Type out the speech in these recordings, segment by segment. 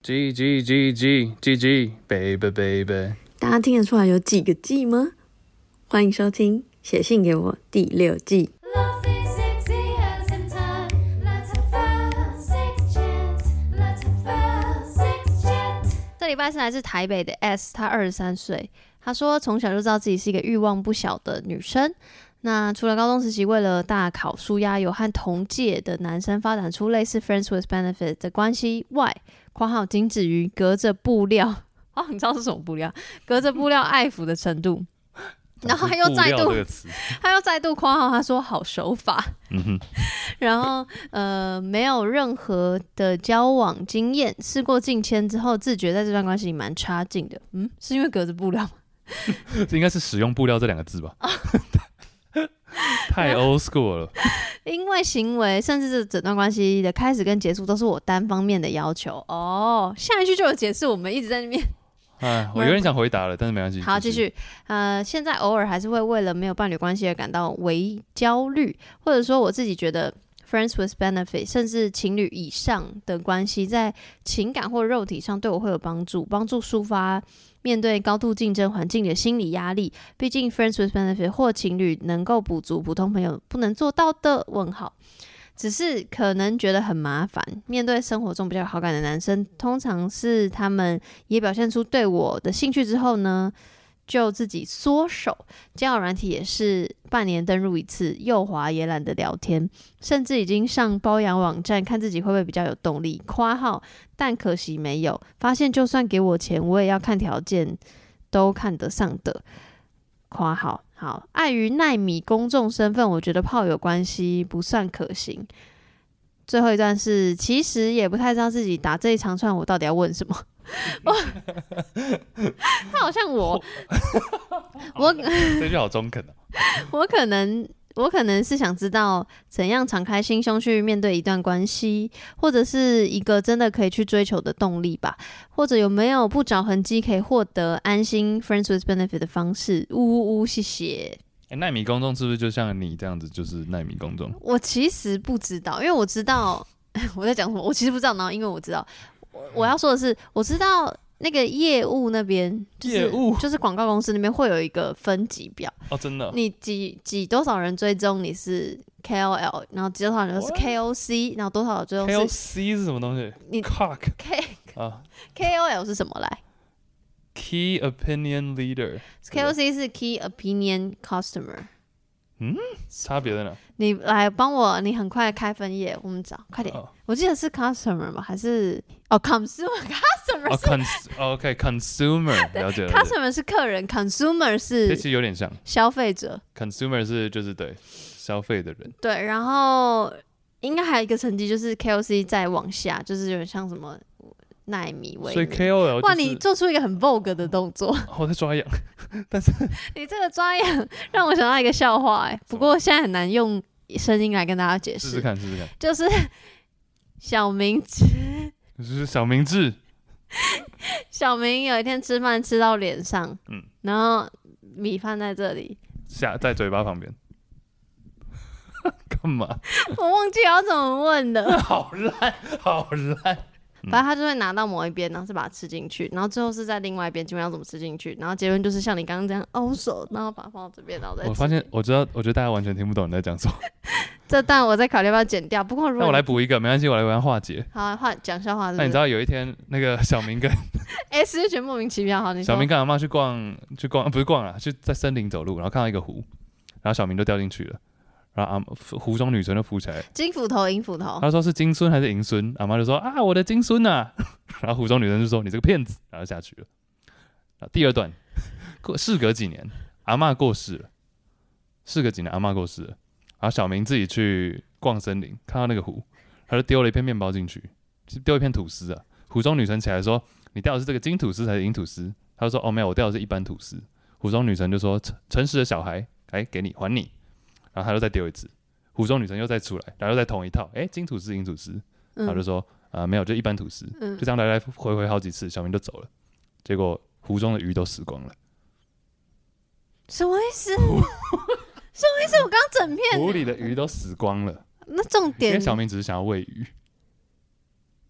G G G G G G baby baby， 大家听得出来有几个 G 吗？欢迎收听《写信给我》第6季。这礼拜是来自台北的 S， 她23岁。她说从小就知道自己是一个欲望不小的女生。那除了高中时期为了大考抒压，有和同届的男生发展出类似 friends with benefit 的关系外，括号仅止于隔着布料哦，你知道是什么布料？隔着布料爱抚的程度。然后他又再度括号，他说好手法。然后没有任何的交往经验，事过境迁之后，自觉在这段关系里蛮差劲的。是因为隔着布料吗？ 这应该是使用布料这2个字吧？太 old school 了。 因为行为甚至这整段关系的开始跟结束都是我单方面的要求哦。下一句就有解释，我们一直在那边。 我有点想回答了，但是没关系。 好，继续。现在偶尔还是会为了没有伴侣关系而感到微焦虑，或者说我自己觉得 friends with benefit 甚至情侣以上的关系，在情感或肉体上对我会有帮助抒发面对高度竞争环境的心理压力。毕竟 friends with benefit 或情侣能够补足普通朋友不能做到的问号。只是可能觉得很麻烦，面对生活中比较有好感的男生，通常是他们也表现出对我的兴趣之后呢，就自己缩手。交友软体也是半年登入一次，又滑也懒得聊天，甚至已经上包养网站看自己会不会比较有动力。括号，但可惜没有，发现就算给我钱，我也要看条件都看得上的。括号。好，碍于奈米公众身份，我觉得炮友关系不算可行。最后一段是，其实也不太知道自己打这一长串我到底要问什么。他好像我这句好中肯。 我可能是想知道怎样敞开心胸去面对一段关系，或者是一个真的可以去追求的动力吧，或者有没有不着痕迹可以获得安心 friends with benefit 的方式。谢谢。 奈米公众是不是就像你这样子，就是奈米公众？ 我其实不知道，因为我知道我在讲什么，我其实不知道。然后因为我知道，我要说的是，我知道那个业务那边，就是广告公司那边会有一个分级表哦，真的。 你几多少人追踪你是 KOL， 然后几多少人是 KOC， 然后多少追踪是 KOC 是什么东西？ 你 KOL 是什么来 ？Key Opinion Leader。KOC 是 Key Opinion Customer。 差别在哪？ 你来帮我，你很快开分页，我们找，快点。我记得是 customer 吧，还是consumer？customer 是 OK consumer， 了解了。 customer 是客人 ，consumer 是其实有点像消费者。 consumer 是就是对消费的人。 对，然后应该还有一个层级就是 KOC 再往下，就是有点像什么奈米为名。 所以 KOL 哇，你做出一个很 vogue 的动作。 我在抓痒，但是你这个抓痒让我想到一个笑话不过现在很难用声音来跟大家解释。 试试看。 就是小明智， 就是小明智。 小明有一天吃饭吃到脸上，然后米饭在这里， 在嘴巴旁边。干嘛？ 我忘记要怎么问了。 好烂。 反正他就会拿到某一边，然后是把它吃进去，然后最后是在另外一边，请问要怎么吃进去？然后结论就是像你刚刚这样凹手，然后把它放到这边，然后再吃。 我发现，我觉得大家完全听不懂你在讲什么。 这段我在考虑要不要剪掉。不过如果那我来补一个，没关系，我来化解。 好，讲笑话是不是。 那你知道有一天那个小明跟 S 就觉得莫名其妙。好，你说。 小明跟阿嬷去逛，不是逛啦，去在森林走路，然后看到一个湖，然后小明就掉进去了。然后湖中女神就浮起来， 金斧头、银斧头。 他说是金孙还是银孙？阿妈就说啊，我的金孙啊。然后湖中女神就说你这个骗子，然后下去了。然后第二段，事隔几年，阿嬷过世了。阿嬷过世了。然后小明自己去逛森林，看到那个湖，他就丢了一片面包进去，就丢一片吐司啊。湖中女神起来说，你掉的是这个金吐司还是银吐司？他就说哦没有，我掉的是一般吐司。湖中女神就说诚实的小孩，来给你还你。然后他又再丢一次，湖中女神又再出来，然后又再同一套，金吐司银吐司，然后就说没有，就一般吐司，就这样来来回回好几次，小明就走了，结果湖中的鱼都死光了。 什么意思？什么意思？我刚整片湖里的鱼都死光了。 那重点， 因为小明只是想要喂鱼。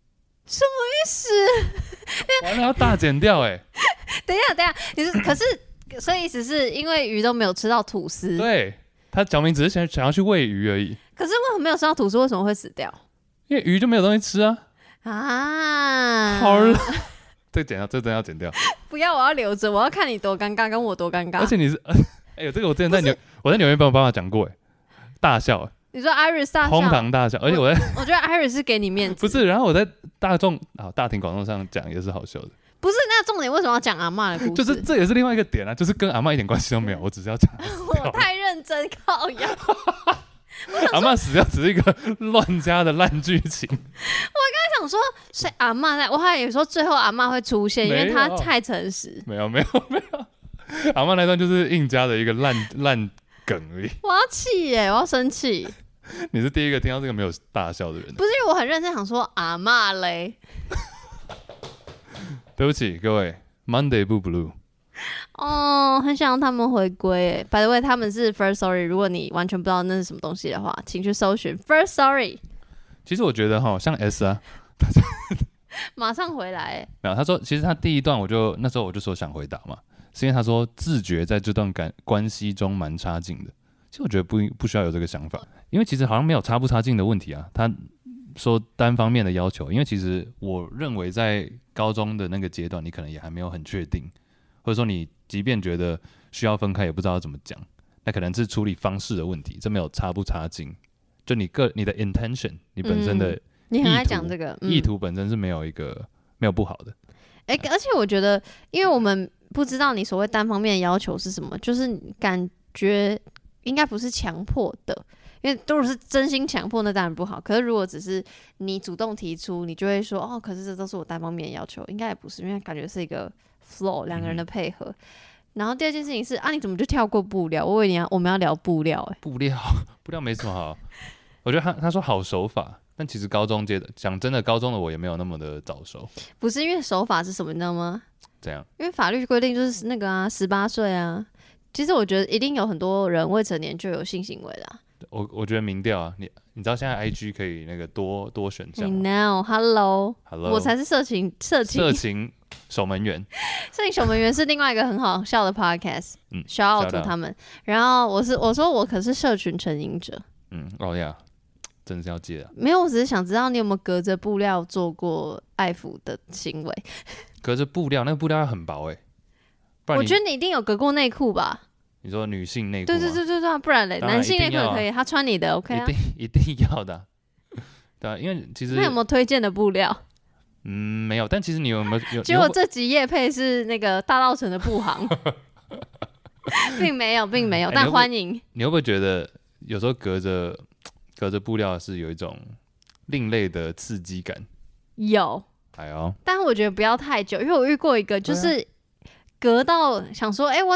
意思？ 完了要大剪掉哎、 等一下，可是所以意思是因为鱼都没有吃到吐司， 对，他小明只是想要去喂鱼而已， 可是为什么没有吃到吐司？为什么会死掉？ 因为鱼就没有东西吃啊。 啊， 好了，这剪掉，这真要剪掉。 不要，我要留着，我要看你多尴尬，跟我多尴尬。 而且你是，哎呦，这个我之前在纽约帮我爸爸讲过，哎，大笑， 你说 Iris 大笑， 哄堂大笑，而且我觉得 Iris 是给你面子， 不是，然后我在大庭广众上讲也是好笑的。 不是，那重点为什么要讲阿嬷的故事？ 就是这也是另外一个点啊，就是跟阿嬷一点关系都没有，我只是要讲我太认真靠腰。 阿嬷死掉只是一个乱加的烂剧情。 我想说，所以阿嬷我还以为说最后阿嬷会出现，因为她太诚实。 没有，阿嬷那段就是硬加的一个烂梗而已。 我要气耶，我要生气。 你是第一个听到这个没有大笑的人。 不是因为我很认真想说阿嬷嘞。 对不起各位 ，Monday 不 blue。 哦，很想让他们回归诶。By the way， 他们是 First Story， 如果你完全不知道那是什么东西的话，请去搜寻 First Story。 其实我觉得哈，像 S 啊， 马上回来诶。 没有，他说其实他第一段那时候我就说想回答嘛，是因为他说自觉在这段关系中蛮差劲的。其实我觉得不需要有这个想法，因为其实好像没有差不差劲的问题啊。他说单方面的要求，因为其实我认为在高中的那个阶段，你可能也还没有很确定，或者说你即便觉得需要分开，也不知道要怎么讲，那可能是处理方式的问题，这没有差不差劲。就你的 intention， 你本身的你很爱讲这个意图本身是没有不好的。 而且我觉得，因为我们不知道你所谓单方面的要求是什么，就是感觉应该不是强迫的。因为如果是真心强迫，那当然不好。可是如果只是你主动提出，你就会说哦，可是这都是我单方面的要求，应该也不是，因为感觉是一个 flow 两个人的配合。然后第二件事情是你怎么就跳过布料？我以为我们要聊布料布料没什么好。我觉得他说好手法，但其实高中阶的讲真的，高中的我也没有那么的早熟。 不是因为手法是什么，你知道吗？ 怎样？ 因为法律规定就是那个18岁啊。其实我觉得一定有很多人未成年就有性行为啦。 我觉得民调啊，你知道现在 IG 可以那个多选项吗 ？I know，Hello， 我才是色情守门员。 色情守门员是另外一个很好笑的 podcast，shout out to 他们。然后我说我可是社群成瘾者。 哦呀，真的是要戒啊。 没有，我只是想知道你有没有隔着布料做过爱抚的行为。 隔着布料，那个布料要很薄不然我觉得你一定有隔过内裤吧？ 你说女性内裤吗？ 对，不然嘞，男性内裤也可以，他穿你的 OK 啊， 一定要的。对啊，因为其实那有没有推荐的布料？ 没有，但其实你有没有？ 结果这集业配是那个大稻埕的布行，并没有，但欢迎。 你会不会觉得有时候隔着布料是有一种另类的刺激感？ 有，但是我觉得不要太久，因为我遇过一个就是隔到想说，我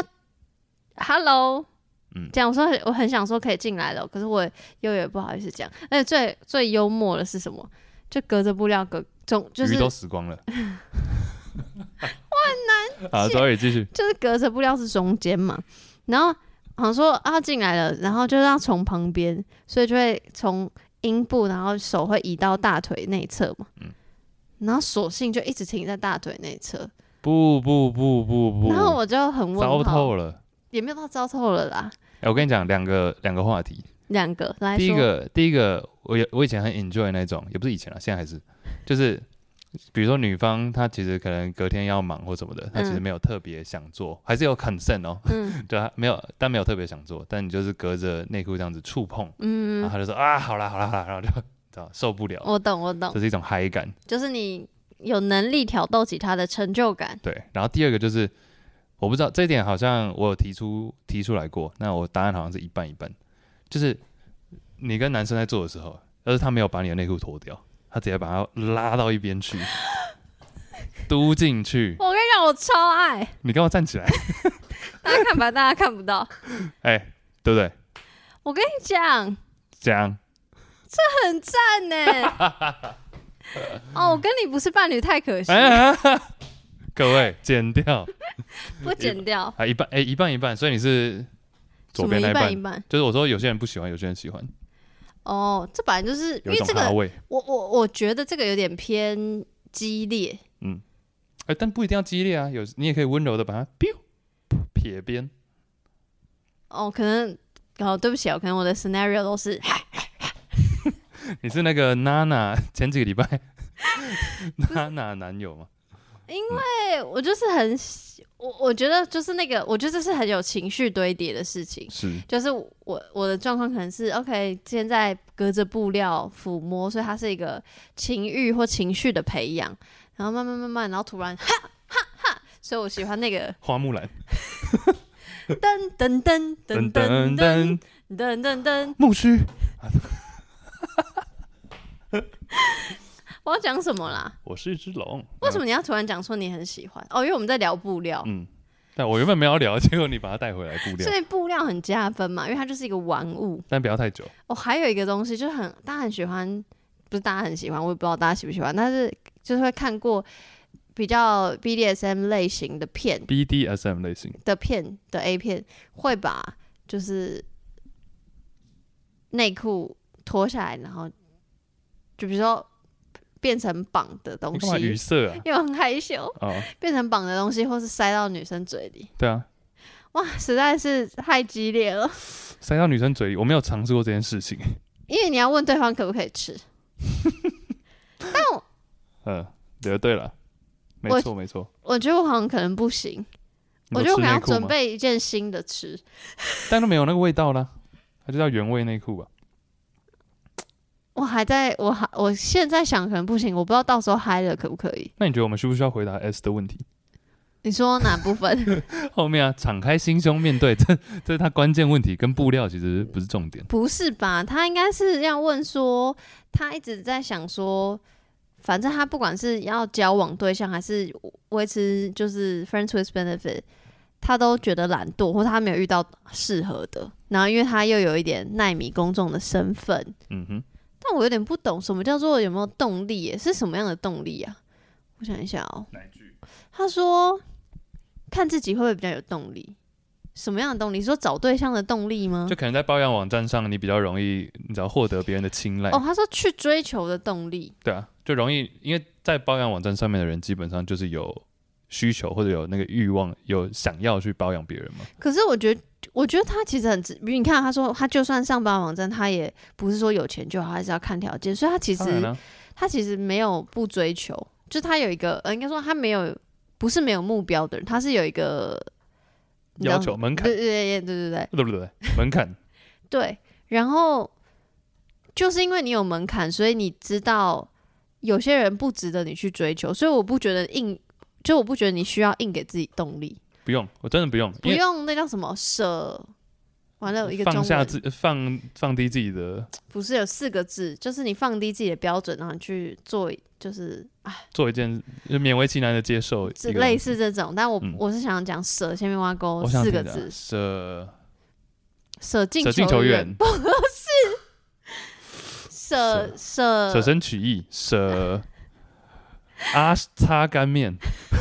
Hello，这样我说我很想说可以进来了，可是我又也不好意思讲。而且最幽默的是什么？就隔着布料就是鱼都死光了。 我很难。 好，所以继续。 就是隔着布料是中间嘛，然后好像说进来了，然后就要从旁边，所以就会从阴部，然后手会移到大腿内侧嘛。然后索性就一直停在大腿内侧。不。然后我就很问号， 糟透了。 也没有到糟透了啦。 我跟你讲两个话题。 两个来说。 第一个，我以前很 enjoy 那种，也不是以前啦，现在还是，就是比如说女方她其实可能隔天要忙或什么的，她其实没有特别想做，还是有 consent 就她没有特别想做，但你就是隔着内裤这样子触碰，然后她就说好啦，然后就受不了。 我懂， 这是一种嗨感， 就是你有能力挑逗起她的成就感。 对，然后第二个就是我不知道这一点好像我有提出来过，那我答案好像是一半一半，就是你跟男生在做的时候，要是他没有把你的内裤脱掉，他直接把它拉到一边去，嘟进去。 我跟你讲，我超爱。 你跟我站起来， 大家看吧，大家看不到。 对不对？ 我跟你讲，这很赞呢。我跟你不是伴侣，太可惜。 各位，剪掉。 不剪掉。 一半，所以你是左边那一半， 就是我说有些人不喜欢，有些人喜欢。 这本来就是因为这个，我觉得这个有点偏激烈。 但不一定要激烈啊，你也可以温柔的把它撇边。 可能对不起可能我的 scenario 都是你是那个娜娜前几个礼拜娜娜男友吗？ 因为我就是我觉得就是我觉得这是很有情绪堆叠的事情。 是， 就是我的状况可能是 OK， 现在隔着布料抚摸，所以它是一个情欲或情绪的培养，然后慢慢，然后突然哈哈哈，所以我喜欢那个花木兰， 噔噔噔噔噔噔噔噔噔， 木须。 我要讲什么啦？ 我是一只龙。 为什么你要突然讲说你很喜欢？因为我们在聊布料。 但我原本没有聊，结果你把它带回来布料。 所以布料很加分嘛，因为它就是一个玩物。 但不要太久。 还有一个东西就是大家很喜欢，不是大家很喜欢，我也不知道大家喜不喜欢，但是就是会看过比较 BDSM 类型的片 ，BDSM 类型的片的 A 片，会把就是内裤脱下来，然后就比如说变成绑的东西， 你干嘛语塞啊？ 因为我很害羞，变成绑的东西，或是塞到女生嘴里。 对啊， 哇，实在是太激烈了。 塞到女生嘴里，我没有尝试过这件事情。 因为你要问对方可不可以吃。但对了，没错。 我觉得我好像可能不行，我觉得我可能要准备一件新的吃， 但都没有那个味道啦，它就叫原味内裤吧。 我现在想可能不行，我不知道到时候嗨了可不可以。 那你觉得我们需不需要回答 S 的问题？ 你说哪部分？ 后面敞开心胸面对，这是他关键问题，跟布料其实不是重点。 不是吧？他应该是要问说，他一直在想说，反正他不管是要交往对象还是维持就是 friends with benefit， 他都觉得懒惰，或他没有遇到适合的。然后因为他又有一点奈米公众的身份，但我有点不懂什么叫做有没有动力耶？是什么样的动力啊？我想一下哪一句？ 他说看自己会不会比较有动力？什么样的动力？说找对象的动力吗？ 就可能在包养网站上，你比较容易，你只要获得别人的青睐。 他说去追求的动力。 对啊，就容易，因为在包养网站上面的人，基本上就是有需求或者有那个欲望，有想要去包养别人嘛。 可是我觉得他其实你看他说他就算上包养网站，他也不是说有钱就好，还是要看条件，所以他其实没有不追求，就他有一个应该说他不是没有目标的人，他是有一个要求门槛， 对， 门槛， 对，然后就是因为你有门槛，所以你知道有些人不值得你去追求，所以我不觉得你需要硬给自己动力， 不用，我真的不用， 那叫什么完了有一个放下放低自己的， 不是有4个字，就是你放低自己的标准，然后你去做，就是做一件就勉为其难的接受， 类似这种。但我是想讲舍下面挖沟4个字，舍近求远，不是舍身取义，舍擦干面。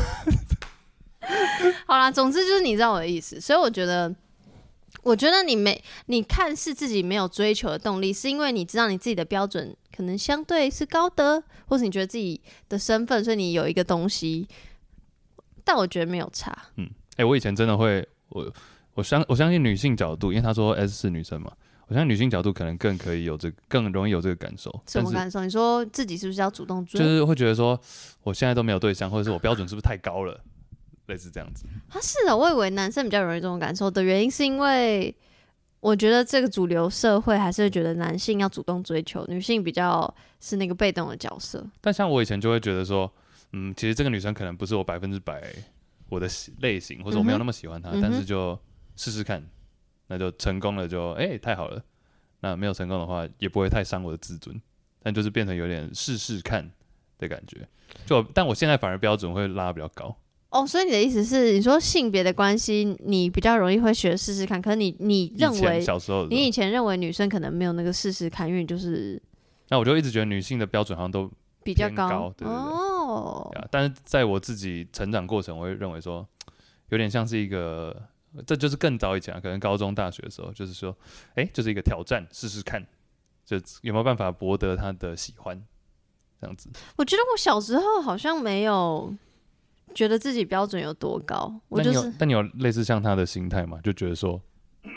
好啦，总之就是你知道我的意思，所以我觉得你看似自己没有追求的动力，是因为你知道你自己的标准可能相对是高的，或是你觉得自己的身份，所以你有一个东西，但我觉得没有差。 我以前真的会，我相信女性角度，因为他说 S 是女生嘛，我相信女性角度可能更容易有这个感受。 什么感受？你说自己是不是要主动追？ 就是会觉得说，我现在都没有对象，或者是我标准是不是太高了？类似这样子。 是的，我以为男生比较容易这种感受的原因，是因为我觉得这个主流社会还是会觉得男性要主动追求，女性比较是那个被动的角色。 但像我以前就会觉得说，其实这个女生可能不是我100%我的类型，或者我没有那么喜欢她，但是就试试看，那就成功了就太好了。那没有成功的话，也不会太伤我的自尊，但就是变成有点试试看的感觉。但我现在反而标准会拉得比较高。 所以你的意思是，你说性别的关系，你比较容易会学试试看，可是你认为小时候你以前认为女生可能没有那个试试看，因为你就是那我就一直觉得女性的标准好像都比较高， 对。但是在我自己成长过程，我会认为说，有点像是一个，这就是更早以前可能高中大学的时候，就是说，就是一个挑战，试试看，就有没有办法博得他的喜欢这样子。 我觉得我小时候好像没有觉得自己标准有多高，我就是。 但你有类似像他的心态吗？就觉得说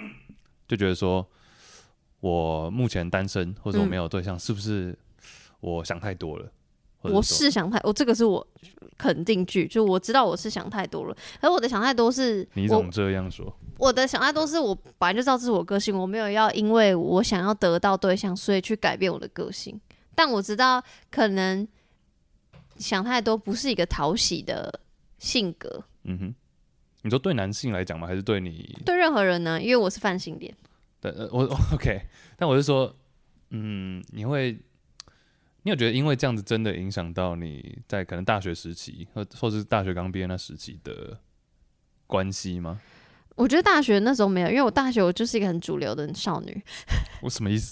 我目前单身，或者我没有对象，是不是我想太多了？ 我是想太，这个是我肯定句，就我知道我是想太多了。而我的想太多是， 你怎么这样说？ 我的想太多是我本来就知道这是我个性，我没有要因为我想要得到对象，所以去改变我的个性。但我知道可能想太多不是一个讨喜的性格。 嗯哼，你说对男性来讲吗？还是对你？ 对任何人呢？因为我是泛性恋。 对，我 OK， 但我是说，你有觉得因为这样子真的影响到你在可能大学时期，或是大学刚毕业那时期的关系吗？ 我觉得大学那时候没有，因为我大学我就是一个很主流的少女。 我什么意思？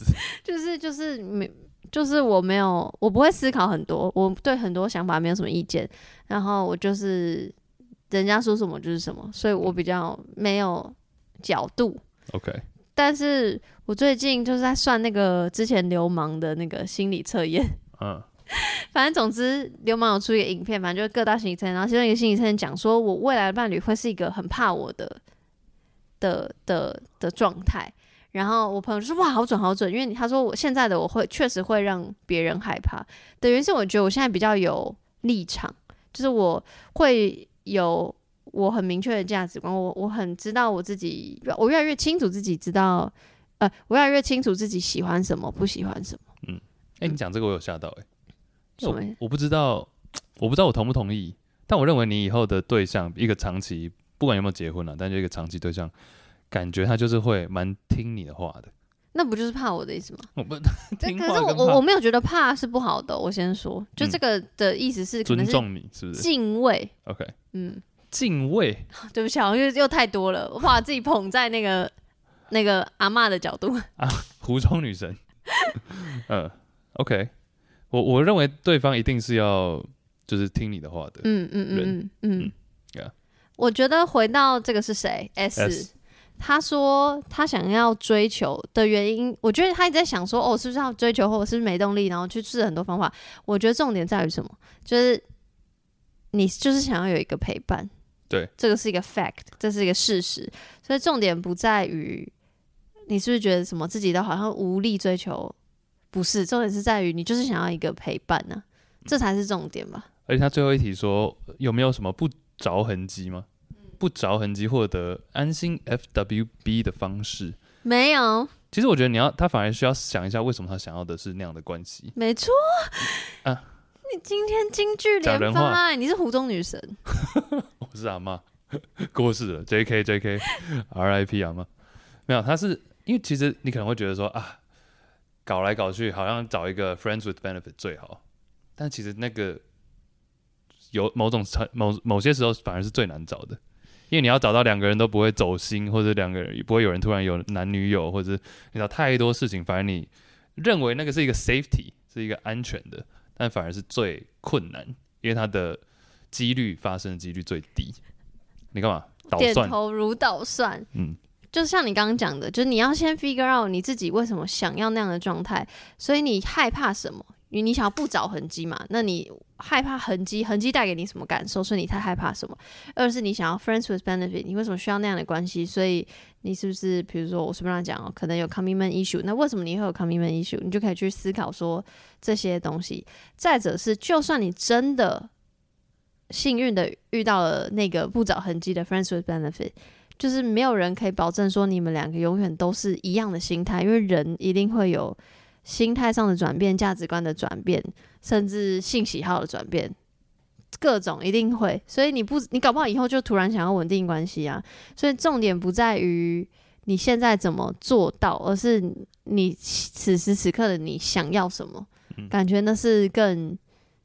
就是我没有，我不会思考很多，我对很多想法没有什么意见，然后我就是人家说什么就是什么，所以我比较没有角度。 OK。 但是我最近就是在算那个之前流氓的那个心理测验，反正总之流氓有出一个影片，反正就是各大心理测验，然后其中一个心理测验讲说我未来的伴侣会是一个很怕我的状态，然后我朋友就说哇好准好准，因为他说我现在的我会确实会让别人害怕，等于是我觉得我现在比较有立场，就是我会有我很明确的价值观，我很知道我自己，我越来越清楚自己知道，我越来越清楚自己喜欢什么，不喜欢什么。 你讲这个我有吓到我不知道我同不同意，但我认为你以后的对象一个长期，不管有没有结婚但就一个长期对象，感觉他就是会蛮听你的话的。 那不就是怕我的意思吗？ 我不听话，可是我没有觉得怕是不好的，我先说，就这个的意思是可能是尊重你，是不是？ 敬畏。 OK，敬畏。 对不起，又太多了，我把自己捧在那个阿嬷的角度湖中女神。OK， 我认为对方一定是要就是听你的话的。Yeah. 我觉得回到这个是谁 S， 他说他想要追求的原因，我觉得他一直在想说，是不是要追求，或者是不是没动力，然后去试很多方法。我觉得重点在于什么？就是你就是想要有一个陪伴。 对， 这个是一个 fact， 这是一个事实，所以重点不在于你是不是觉得什么自己都好像无力追求，不是，重点是在于你就是想要一个陪伴呢，这才是重点吧。 而且他最后一题说有没有什么不着痕迹吗？不着痕迹获得安心 FWB 的方式没有。 其实我觉得他反而需要想一下为什么他想要的是那样的关系。 没错你今天金句连发，你是湖中女神。 我是阿嬷，过世了 JK RIP 阿嬷。没有，他是因为其实你可能会觉得说搞来搞去好像找一个 friends with benefit 最好，但其实那个有某些时候反而是最难找的，因为你要找到两个人都不会走心，或者两个人不会有人突然有男女友，或者你知道太多事情，反而你认为那个是一个 safety 是一个安全的，但反而是最困难，因为它的发生的几率最低。你干嘛捣蒜？ 点头如捣蒜。就像你刚刚讲的，就是你要先 figure out 你自己为什么想要那样的状态，所以你害怕什么？你想要不着痕迹嘛？那你害怕痕迹带给你什么感受？所以你才害怕什么？二是你想要 friends with benefit， 你为什么需要那样的关系？所以你是不是比如说我随便讲可能有 commitment issue， 那为什么你会有 commitment issue？ 你就可以去思考说这些东西。再者是，就算你真的幸运的遇到了那个不着痕迹的 friends with benefit， 就是没有人可以保证说你们两个永远都是一样的心态，因为人一定会有心态上的转变、价值观的转变，甚至性喜好的转变，各种一定会。所以你搞不好以后就突然想要稳定关系啊。所以重点不在于你现在怎么做到，而是你此时此刻的你想要什么。感觉那是更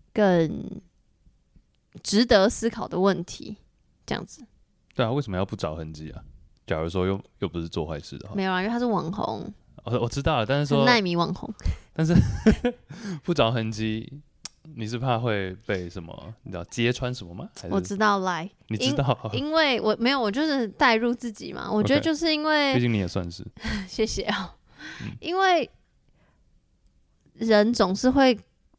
值得思考的问题。这样子。 对啊，为什么要不着痕迹啊？假如说又不是做坏事的话。 没有啊，因为他是网红。 我知道了，但是说奈米网红， 但是不着痕迹，你是怕会被什么？你知道揭穿什么吗？ 我知道，来， 你知道？ 因为我没有，我就是带入自己嘛。我觉得就是因为， 毕竟你也算是， 谢谢因为人总是会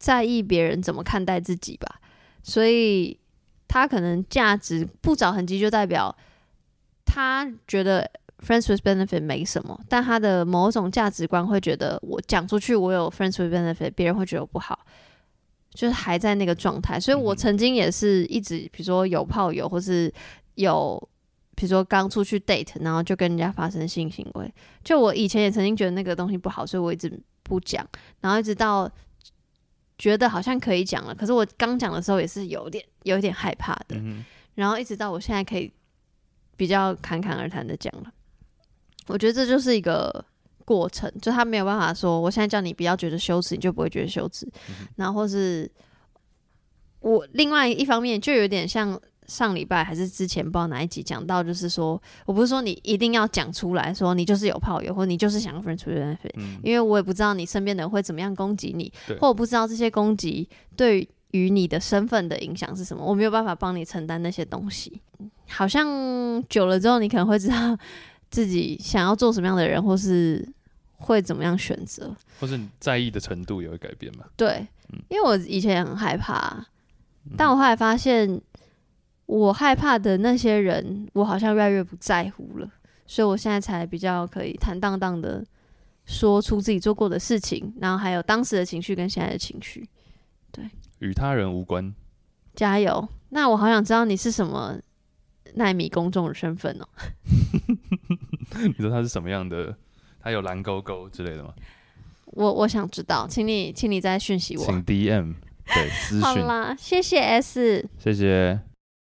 在意别人怎么看待自己吧，所以他可能价值不着痕迹，就代表他觉得 friends with benefit 没什么，但他的某种价值观会觉得我讲出去我有 friends with benefit， 别人会觉得我不好，就是还在那个状态。所以我曾经也是一直比如说有炮友，或是有比如说刚出去 date， 然后就跟人家发生性行为，就我以前也曾经觉得那个东西不好，所以我一直不讲，然后一直到觉得好像可以讲了，可是我刚讲的时候也是有一点害怕的，然后一直到我现在可以比较侃侃而谈的讲了。我觉得这就是一个过程，就他没有办法说我现在叫你不要觉得羞耻，你就不会觉得羞耻，然后或是我另外一方面就有点像上礼拜还是之前不知道哪一集讲到，就是说我不是说你一定要讲出来说你就是有炮友，或你就是想要 friends with benefit，因为我也不知道你身边的人会怎么样攻击你，或我不知道这些攻击对于你的身份的影响是什么，我没有办法帮你承担那些东西。好像久了之后，你可能会知道自己想要做什么样的人，或是会怎么样选择， 或是你在意的程度也会改变嘛。 对，因为我以前也很害怕，但我后来发现我害怕的那些人，我好像越来越不在乎了，所以我现在才比较可以坦荡荡的说出自己做过的事情，然后还有当时的情绪跟现在的情绪。对， 与他人无关。 加油！那我好想知道你是什么奈米公众的身份哦。 你说他是什么样的？他有蓝勾勾之类的吗？ 我想知道，请你再讯息我， 请 DM 对私讯。 好啦，谢谢 S， 谢谢。